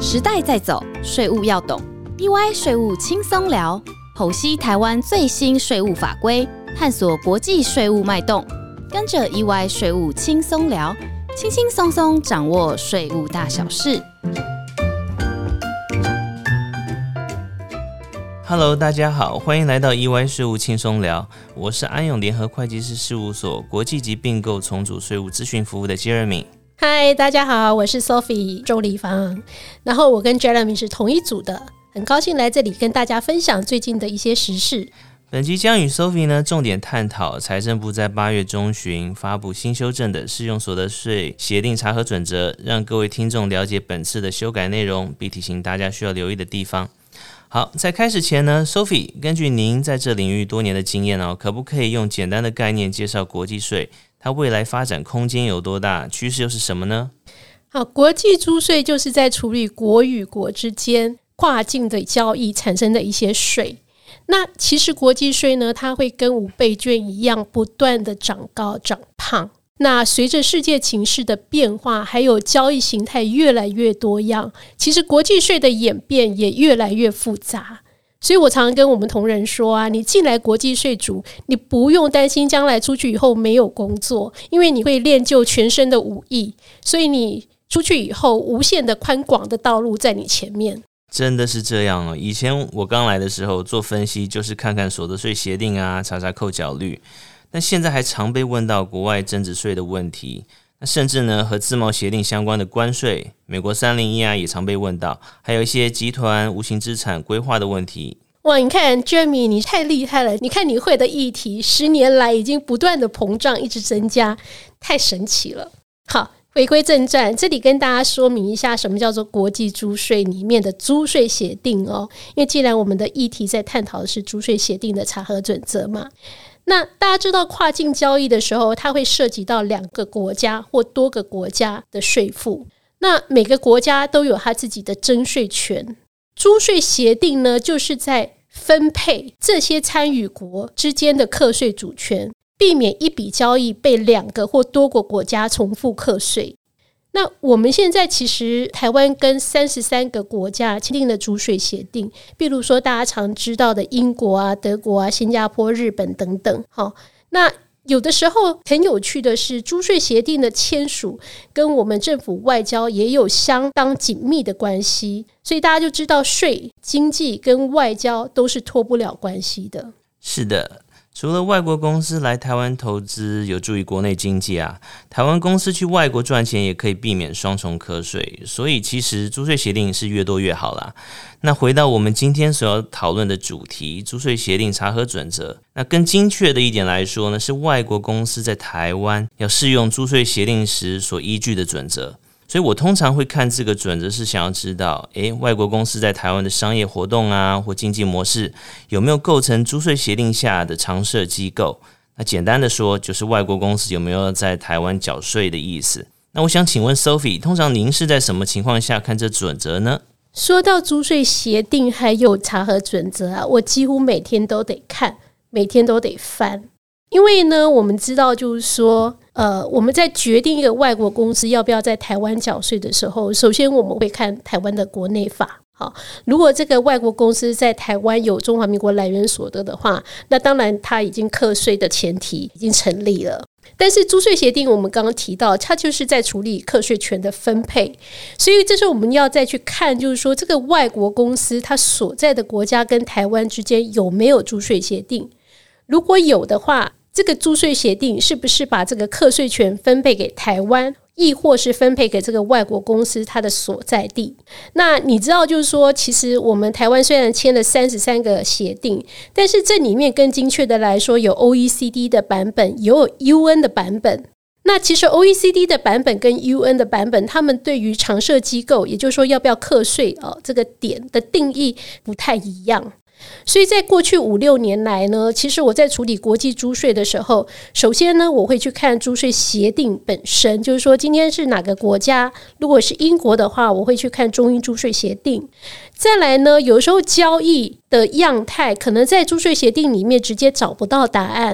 时代在走，税务要懂。EY 税务轻松聊，剖析台湾最新税务法规，探索国际税务脉动。跟着 EY 税务轻松聊，轻轻松松掌握税务大小事。 Hello， 大家好，欢迎来到 EY 税务轻松聊，我是安永联合会计师事务所国际及并购重组税务咨询服务的 Jeremy。 嗨，大家好，我是 Sophie 周丽芳，然后我跟 Jeremy 是同一组的，很高兴来这里跟大家分享最近的一些时事。 本集将与 Sophie 呢重点探讨财政部在8月中旬发布新修正的适用所得税协定查核准则，让各位听众了解本次的修改内容，并提醒大家需要留意的地方。好，在开始前呢 Sophie 根据您在这领域多年的经验可不可以用简单的概念介绍国际税，它未来发展空间有多大，趋势又是什么呢？ 好，国际租税就是在处理国与国之间跨境的交易产生的一些税。那其实国际税呢，它会跟5倍券一样不断的长高长胖。那随着世界情势的变化，还有交易形态越来越多样，其实国际税的演变也越来越复杂。所以我常常跟我们同仁说你进来国际税组，你不用担心将来出去以后没有工作，因为你会练就全身的武艺，所以你出去以后无限的宽广的道路在你前面。 真的是这样以前我刚来的时候做分析，就是看看所得税协定查查扣缴率，但现在还常被问到国外增值税的问题，那甚至呢和自贸协定相关的关税，美国301也常被问到，还有一些集团无形资产规划的问题。 哇，你看 Jeremy 你太厉害了，你看你会的议题10年来已经不断的膨胀，一直增加，太神奇了。好，回归正传，这里跟大家说明一下什么叫做国际租税里面的租税协定因为既然我们的议题在探讨的是租税协定的查核准则嘛，那大家知道跨境交易的时候，它会涉及到2个国家或多个国家的税负，那每个国家都有它自己的征税权。租税协定呢，就是在分配这些参与国之间的课税主权，避免一笔交易被2个或多个国家重复课税。那我们现在其实台湾跟33个国家签订了租税协定，比如说大家常知道的英国德国新加坡、日本等等。那有的时候很有趣的是，租税协定的签署跟我们政府外交也有相当紧密的关系，所以大家就知道税、经济跟外交都是脱不了关系的。 是的，除了外国公司来台湾投资有助于国内经济台湾公司去外国赚钱也可以避免双重课税，所以其实租税协定是越多越好啦。那回到我们今天所要讨论的主题，租税协定查核准则，那更精确的一点来说呢，是外国公司在台湾要适用租税协定时所依据的准则。所以我通常会看这个准则，是想要知道外国公司在台湾的商业活动或经济模式有没有构成租税协定下的常设机构。那简单的说，就是外国公司有没有在台湾缴税的意思。那我想请问 Sophie， 通常您是在什么情况下看这准则呢？ 说到租税协定还有查核准则我几乎每天都得看，每天都得翻。因为呢我们知道就是说我们在决定一个外国公司要不要在台湾缴税的时候，首先我们会看台湾的国内法。好，如果这个外国公司在台湾有中华民国来源所得的话，那当然它已经课税的前提已经成立了。但是租税协定我们刚刚提到，它就是在处理课税权的分配，所以这时候我们要再去看，就是说这个外国公司它所在的国家跟台湾之间有没有租税协定。如果有的话，这个租税协定是不是把这个课税权分配给台湾，亦或是分配给这个外国公司它的所在地。那你知道就是说，其实我们台湾虽然签了33个协定，但是这里面更精确的来说，有 OECD 的版本，也有 UN 的版本。那其实 OECD 的版本跟 UN 的版本，他们对于常设机构，也就是说要不要课税这个点的定义不太一样。所以在过去5-6年来呢，其实我在处理国际租税的时候，首先呢我会去看租税协定本身，就是说今天是哪个国家，如果是英国的话，我会去看中英租税协定。再来呢，有时候交易的样态可能在租税协定里面直接找不到答案，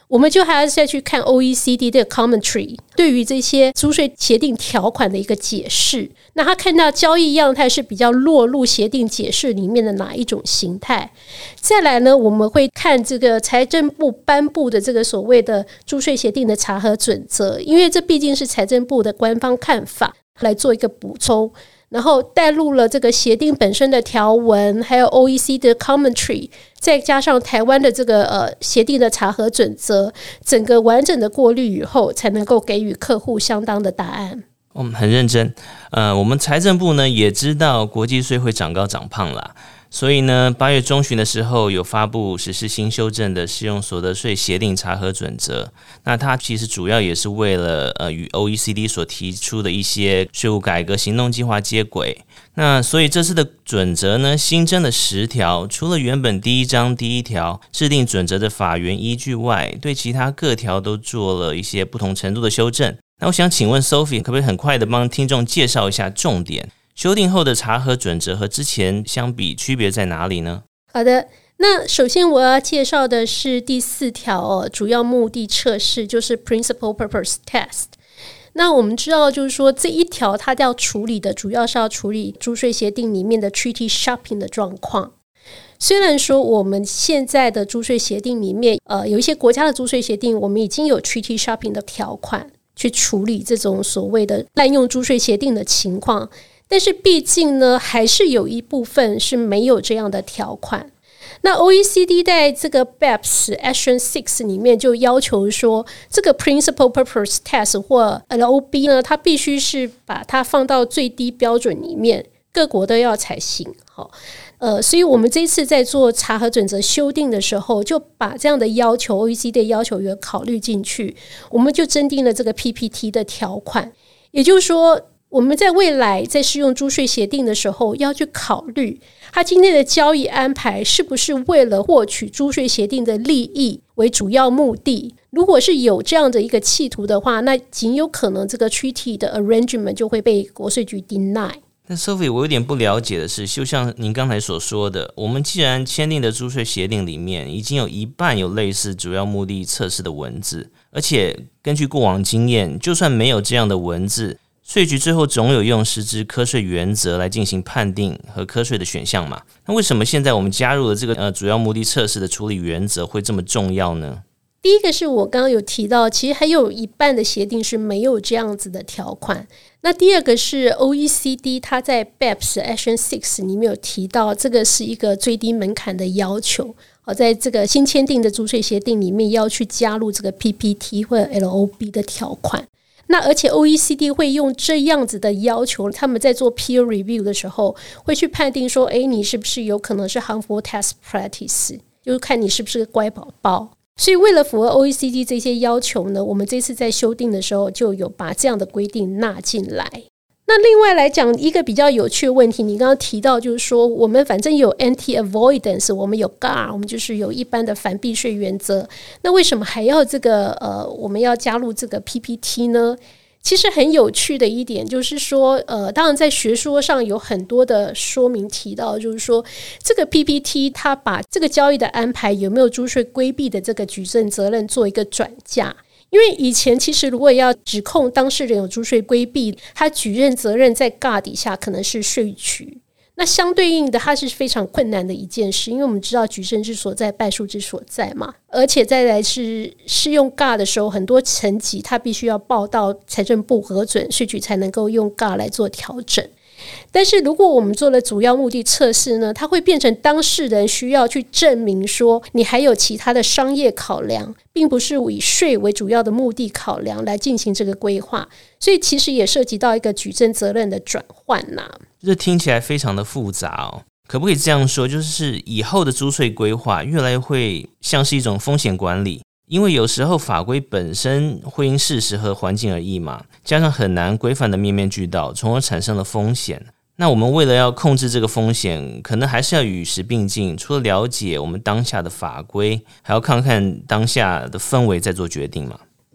我们就还要再去看 OECD 的 commentary 对于这些租税协定条款的一个解释。那他看到交易样态是比较落入协定解释里面的哪一种形态。再来呢，我们会看这个财政部颁布的这个所谓的租税协定的查核准则，因为这毕竟是财政部的官方看法，来做一个补充。然后带入了这个协定本身的条文，还有 OECD 的 commentary， 再加上台湾的这个协定的查核准则，整个完整的过滤以后，才能够给予客户相当的答案。 我们很认真。我们财政部呢也知道国际税会涨高涨胖啦，所以呢8月中旬的时候有发布实施新修正的适用所得税协定查核准则。那它其实主要也是为了与 OECD 所提出的一些税务改革行动计划接轨。那所以这次的准则呢新增了10条，除了原本第1章第1条制定准则的法源依据外，对其他各条都做了一些不同程度的修正。那我想请问 Sophie 可不可以很快的帮听众介绍一下重点？修订后的查核准则和之前相比区别在哪里呢？ 好的，那首先我要介绍的是第4条主要目的测试，就是 Principal Purpose Test。那我们知道就是说这一条它要处理的主要是要处理租税协定里面的 Treaty Shopping 的状况。虽然说我们现在的租税协定里面有一些国家的租税协定我们已经有 Treaty Shopping 的条款去处理这种所谓的滥用租税协定的情况，但是毕竟呢还是有一部分是没有这样的条款。那 OECD 在这个 BEPS Action 6 里面就要求说，这个 Principal Purpose Test 或 LOB 呢，它必须是把它放到最低标准里面，各国都要采行。所以我们这次在做查核准则修订的时候，就把这样的要求 OECD 的要求也考虑进去，我们就增订了这个 PPT 的条款。也就是说我们在未来在适用租税协定的时候要去考虑他今天的交易安排是不是为了获取租税协定的利益为主要目的。如果是有这样的一个企图的话，那极有可能这个 treaty 的 arrangement 就会被国税局 deny。 但 Sophie 我有点不了解的是，就像您刚才所说的，我们既然签订的租税协定里面已经有一半有类似主要目的测试的文字，而且根据过往经验，就算没有这样的文字，税局最后总有用实质课税原则来进行判定和课税的选项嘛？那为什么现在我们加入了这个主要目的测试的处理原则会这么重要呢？ 第一个是我刚刚有提到，其实还有一半的协定是没有这样子的条款。那第二个是 OECD 它在 BEPS Action 6 里面有提到，这个是一个最低门槛的要求，在这个新签订的租税协定里面要去加入这个 PPT 或者 LOB 的条款。那而且 OECD 会用这样子的要求，他们在做 peer review 的时候会去判定说，你是不是有可能是 harmful tax practice， 就是看你是不是个乖宝宝。所以为了符合 OECD 这些要求呢，我们这次在修订的时候就有把这样的规定纳进来。那另外来讲一个比较有趣的问题，你刚刚提到就是说我们反正有 anti-avoidance， 我们有 GAR， 我们就是有一般的反避税原则，那为什么还要这个我们要加入这个 PPT 呢？其实很有趣的一点就是说当然在学说上有很多的说明提到，就是说这个 PPT 它把这个交易的安排有没有租税规避的这个举证责任做一个转嫁。因为以前其实如果要指控当事人有租税规避，他举证责任在 GAR 底下可能是税局，那相对应的它是非常困难的一件事，因为我们知道举证之所在败诉之所在嘛，而且再来是适用 GAR 的时候很多层级它必须要报到财政部核准，税局才能够用 GAR 来做调整。但是如果我们做了主要目的测试呢，它会变成当事人需要去证明说你还有其他的商业考量，并不是以税为主要的目的考量来进行这个规划，所以其实也涉及到一个举证责任的转换呐。 这听起来非常的复杂哦，可不可以这样说，就是以后的租税规划越来越会像是一种风险管理，因为有时候法规本身会因事实和环境而异嘛，加上很难规范的面面俱到，从而产生了风险。那我们为了要控制这个风险，可能还是要与时并进，除了了解我们当下的法规，还要看看当下的氛围再做决定嘛。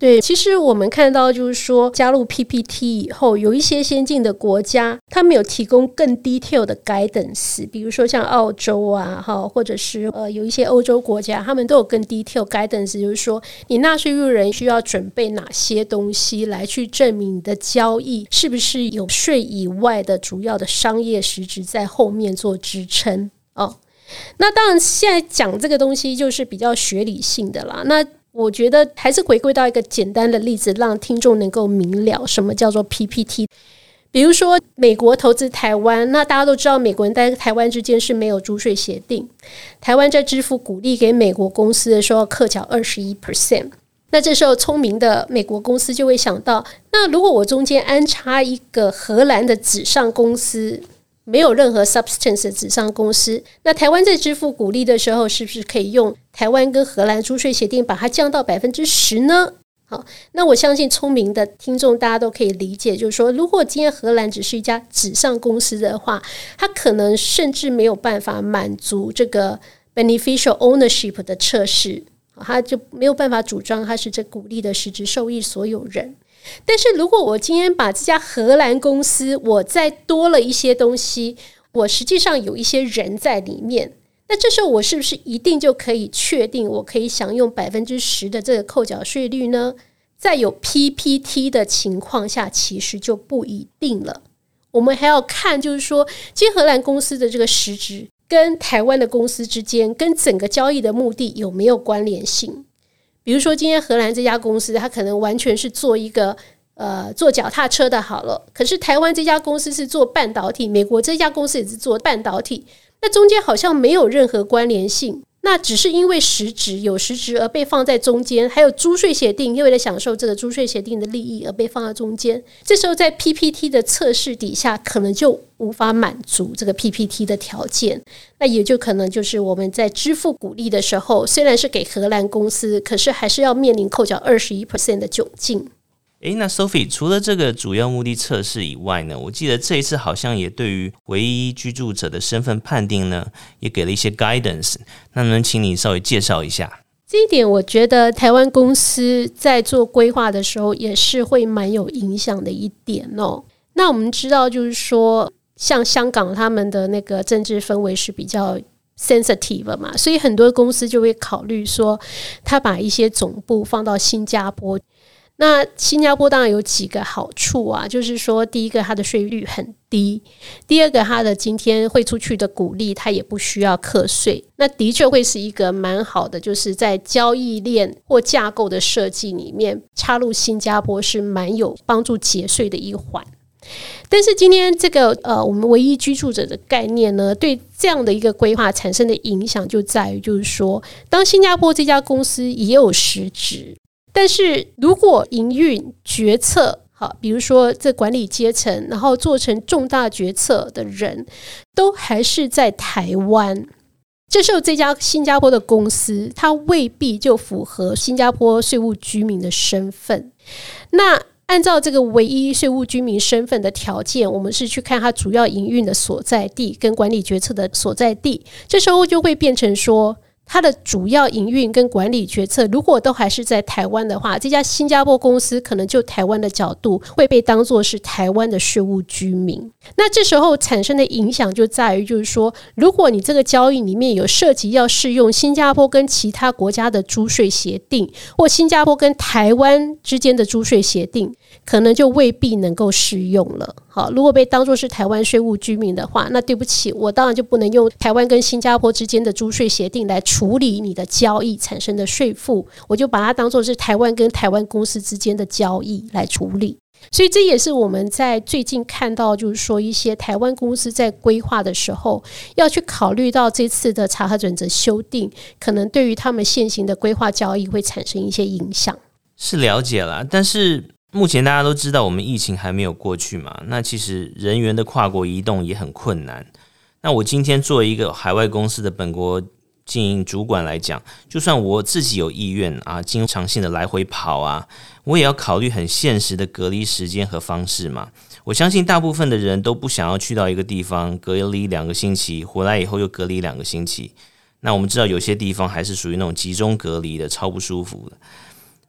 对，其实我们看到就是说加入 PPT 以后，有一些先进的国家他们有提供更 detail 的 guidance， 比如说像澳洲啊，或者是有一些欧洲国家他们都有更 detail guidance， 就是说你纳税义务人需要准备哪些东西来去证明你的交易是不是有税以外的主要的商业实质在后面做支撑哦。那当然现在讲这个东西就是比较学理性的啦，那我觉得还是回归到一个简单的例子，让听众能够明了什么叫做 PPT。 比如说美国投资台湾，那大家都知道美国人在台湾之间是没有租税协定，台湾在支付股利给美国公司的时候课缴 21%， 那这时候聪明的美国公司就会想到，那如果我中间安插一个荷兰的纸上公司，没有任何 substance 的纸上公司，那台湾在支付股利的时候是不是可以用台湾跟荷兰租税协定把它降到 10% 呢？好，那我相信聪明的听众大家都可以理解，就是说如果今天荷兰只是一家纸上公司的话，它可能甚至没有办法满足这个 beneficial ownership 的测试，它就没有办法主张它是这股利的实质受益所有人。但是如果我今天把这家荷兰公司我再多了一些东西，我实际上有一些人在里面，那这时候我是不是一定就可以确定我可以享用 10% 的这个扣缴税率呢？在有 PPT 的情况下其实就不一定了。我们还要看就是说今天荷兰公司的这个实质跟台湾的公司之间跟整个交易的目的有没有关联性。比如说今天荷兰这家公司它可能完全是做一个做脚踏车的好了，可是台湾这家公司是做半导体，美国这家公司也是做半导体，那中间好像没有任何关联性，那只是因为有实质而被放在中间，还有租税协定为了享受这个租税协定的利益而被放在中间，这时候在 PPT 的测试底下可能就无法满足这个 PPT 的条件，那也就可能就是我们在支付股利的时候虽然是给荷兰公司，可是还是要面临扣缴 21% 的窘境。 那 Sophie 除了这个主要目的测试以外呢，我记得这一次好像也对于唯一居住者的身份判定呢也给了一些 guidance， 那能请你稍微介绍一下？ 这一点我觉得台湾公司在做规划的时候也是会蛮有影响的一点哦。那我们知道就是说像香港他们的那个政治氛围是比较 sensitive 嘛，所以很多公司就会考虑说他把一些总部放到新加坡。那新加坡当然有几个好处啊，就是说第一个它的税率很低，第二个它的今天汇出去的股利它也不需要课税，那的确会是一个蛮好的，就是在交易链或架构的设计里面插入新加坡是蛮有帮助节税的一环。但是今天这个我们唯一居住者的概念呢，对这样的一个规划产生的影响就在于就是说当新加坡这家公司也有实质，但是如果营运决策好，比如说这管理阶层然后做成重大决策的人都还是在台湾，这时候这家新加坡的公司它未必就符合新加坡税务居民的身份。那按照这个唯一税务居民身份的条件，我们是去看它主要营运的所在地跟管理决策的所在地，这时候就会变成说它的主要营运跟管理决策如果都还是在台湾的话，这家新加坡公司可能就台湾的角度会被当作是台湾的税务居民。那这时候产生的影响就在于就是说如果你这个交易里面有涉及要适用新加坡跟其他国家的租税协定，或新加坡跟台湾之间的租税协定，可能就未必能够适用了。好，如果被当作是台湾税务居民的话，那对不起，我当然就不能用台湾跟新加坡之间的租税协定来处理你的交易产生的税负，我就把它当作是台湾跟台湾公司之间的交易来处理。所以这也是我们在最近看到就是说一些台湾公司在规划的时候要去考虑到这次的查核准则修订可能对于他们现行的规划交易会产生一些影响。 是了解啦，但是目前大家都知道我们疫情还没有过去嘛，那其实人员的跨国移动也很困难。那我今天作为一个海外公司的本国经营主管来讲，就算我自己有意愿啊，经常性的来回跑啊，我也要考虑很现实的隔离时间和方式嘛。我相信大部分的人都不想要去到一个地方隔离2个星期，回来以后又隔离2个星期。那我们知道有些地方还是属于那种集中隔离的，超不舒服的。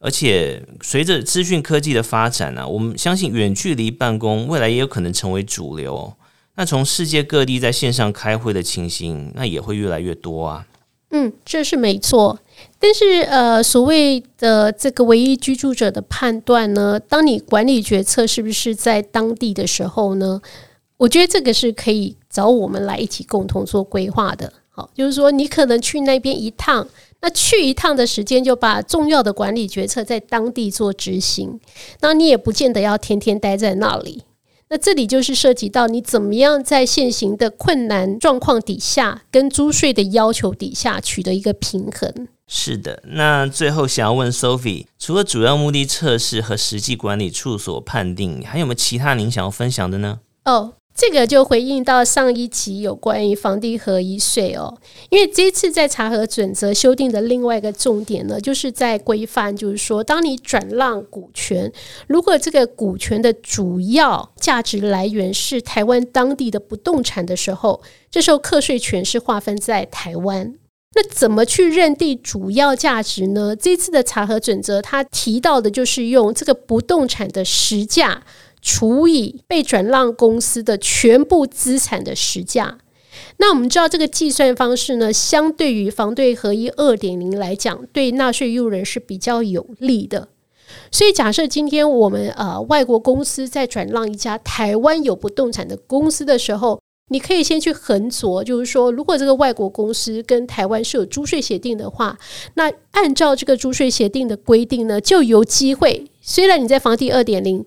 而且随着资讯科技的发展我们相信远距离办公未来也有可能成为主流那从世界各地在线上开会的情形，那也会越来越多啊。 这是没错。但是所谓的这个唯一居住者的判断呢，当你管理决策是不是在当地的时候呢，我觉得这个是可以找我们来一起共同做规划的。好，就是说你可能去那边一趟，那去一趟的时间就把重要的管理决策在当地做执行，那你也不见得要天天待在那里。那这里就是涉及到你怎么样在现行的困难状况底下跟租税的要求底下取得一个平衡。 是的，那最后想要问 Sophie， 除了主要目的测试和实际管理处所判定，还有没有其他您想要分享的呢？ 这个就回应到上一集有关于房地合一税因为这次在查核准则修订的另外一个重点呢，就是在规范，就是说当你转让股权，如果这个股权的主要价值来源是台湾当地的不动产的时候，这时候课税权是划分在台湾。那怎么去认定主要价值呢？这次的查核准则它提到的就是用这个不动产的实价除以被转让公司的全部资产的实价。那我们知道这个计算方式呢，相对于房税合一 2.0 来讲，对纳税义务人是比较有利的。所以假设今天我们外国公司在转让一家台湾有不动产的公司的时候，你可以先去衡酌，就是说如果这个外国公司跟台湾是有租税协定的话，那按照这个租税协定的规定呢，就有机会，虽然你在房地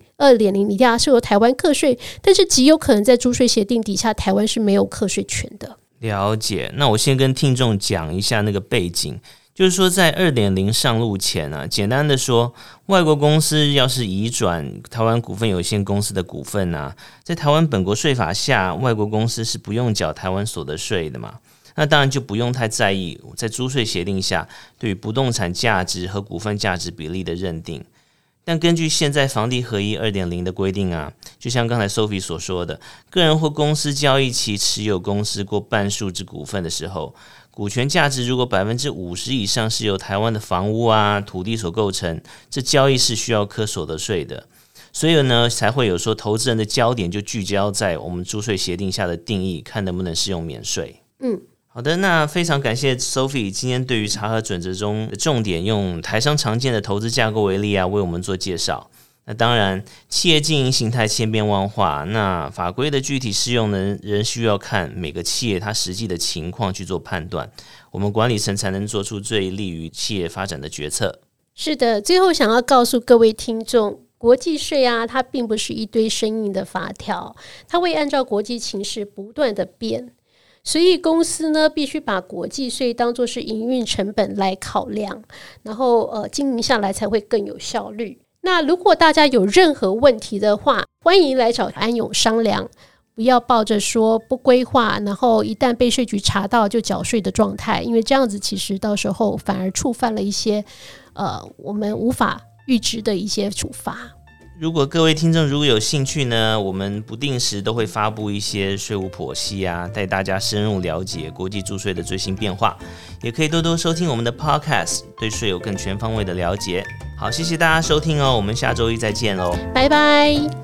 2.0 你家是有台湾课税，但是极有可能在租税协定底下台湾是没有课税权的。 了解，那我先跟听众讲一下那个背景，就是说在 2.0 上路前简单的说，外国公司要是移转台湾股份有限公司的股份在台湾本国税法下，外国公司是不用缴台湾所得税的嘛，那当然就不用太在意在租税协定下对于不动产价值和股份价值比例的认定。但根据现在房地合一 2.0 的规定就像刚才 Sophie 所说的，个人或公司交易其持有公司过半数之股份的时候，股权价值如果 50% 以上是由台湾的房屋土地所构成，这交易是需要课所得税的。所以呢，才会有说投资人的焦点就聚焦在我们租税协定下的定义，看能不能适用免税。好的，那非常感谢 Sophie 今天对于查核准则中的重点，用台商常见的投资架构为例为我们做介绍。那当然，企业经营形态千变万化，那法规的具体适用呢，仍需要看每个企业它实际的情况去做判断，我们管理层才能做出最利于企业发展的决策。 是的，最后想要告诉各位听众，国际税它并不是一堆生硬的法条，它会按照国际情势不断的变。所以公司呢，必须把国际税当作是营运成本来考量，然后经营下来才会更有效率。那如果大家有任何问题的话，欢迎来找安永商量，不要抱着说不规划，然后一旦被税局查到就缴税的状态，因为这样子其实到时候反而触犯了一些我们无法预知的一些处罚。 如果各位听众如果有兴趣呢，我们不定时都会发布一些税务剖析带大家深入了解国际租税的最新变化，也可以多多收听我们的 podcast， 对税有更全方位的了解。好，谢谢大家收听我们下周一再见咯， 拜拜。